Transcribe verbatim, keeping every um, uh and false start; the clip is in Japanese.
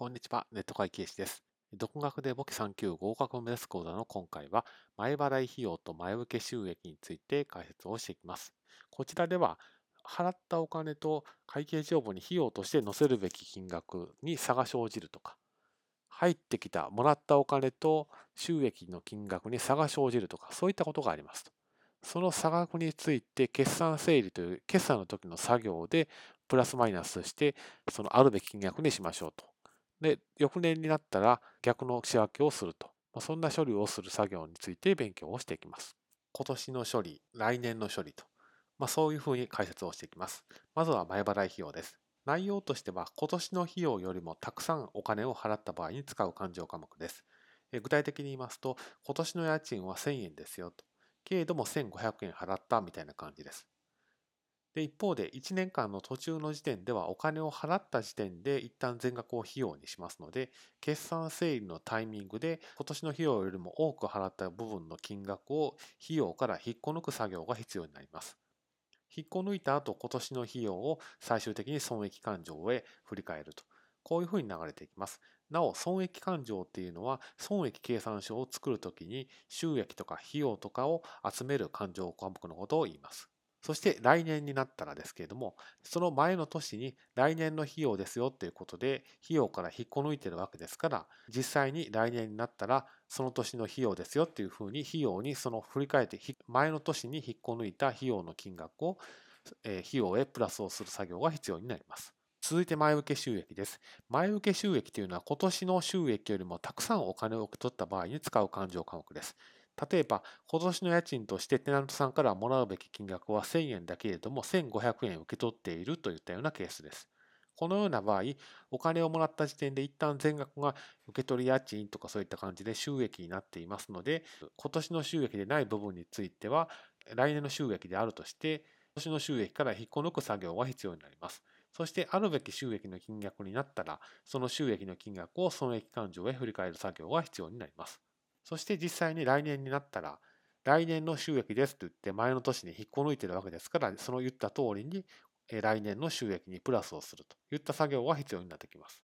こんにちは、ネット会計士です。独学で簿記さん級合格を目指す講座の今回は、前払い費用と前受け収益について解説をしていきます。こちらでは、払ったお金と会計帳簿に費用として載せるべき金額に差が生じるとか、入ってきたもらったお金と収益の金額に差が生じるとか、そういったことがありますと。その差額について決算整理という決算の時の作業でプラスマイナスして、そのあるべき金額にしましょうと。で、翌年になったら逆の仕分けをすると。まあ、そんな処理をする作業について勉強をしていきます。今年の処理、来年の処理と。まあ、そういうふうに解説をしていきます。まずは前払い費用です。内容としては、今年の費用よりもたくさんお金を払った場合に使う勘定科目です。具体的に言いますと、今年の家賃はせんえんですよと。けれどもせんごひゃくえん払ったみたいな感じです。で、一方でいちねんかんの途中の時点ではお金を払った時点で一旦全額を費用にしますので、決算整理のタイミングで今年の費用よりも多く払った部分の金額を費用から引っこ抜く作業が必要になります。引っこ抜いた後、今年の費用を最終的に損益勘定へ振り返ると。こういうふうに流れていきます。なお、損益勘定っていうのは、損益計算書を作るときに収益とか費用とかを集める勘定項目のことを言います。そして来年になったらですけれども、その前の年に来年の費用ですよということで、費用から引っこ抜いてるわけですから、実際に来年になったら、その年の費用ですよっていうふうに費用にその振り返って前の年に引っこ抜いた費用の金額を費用へプラスをする作業が必要になります。続いて前受け収益です。前受け収益というのは今年の収益よりもたくさんお金を受け取った場合に使う勘定科目です。例えば、今年の家賃としてテナントさんからもらうべき金額はせんえんだけれどもせんごひゃくえん受け取っているといったようなケースです。このような場合、お金をもらった時点で一旦全額が受け取り家賃とかそういった感じで収益になっていますので、今年の収益でない部分については、来年の収益であるとして、今年の収益から引っこ抜く作業が必要になります。そして、あるべき収益の金額になったら、その収益の金額を損益勘定へ振り返る作業が必要になります。そして実際に来年になったら、来年の収益ですと言って前の年に引っこ抜いているわけですから、その言った通りに来年の収益にプラスをするといった作業が必要になってきます。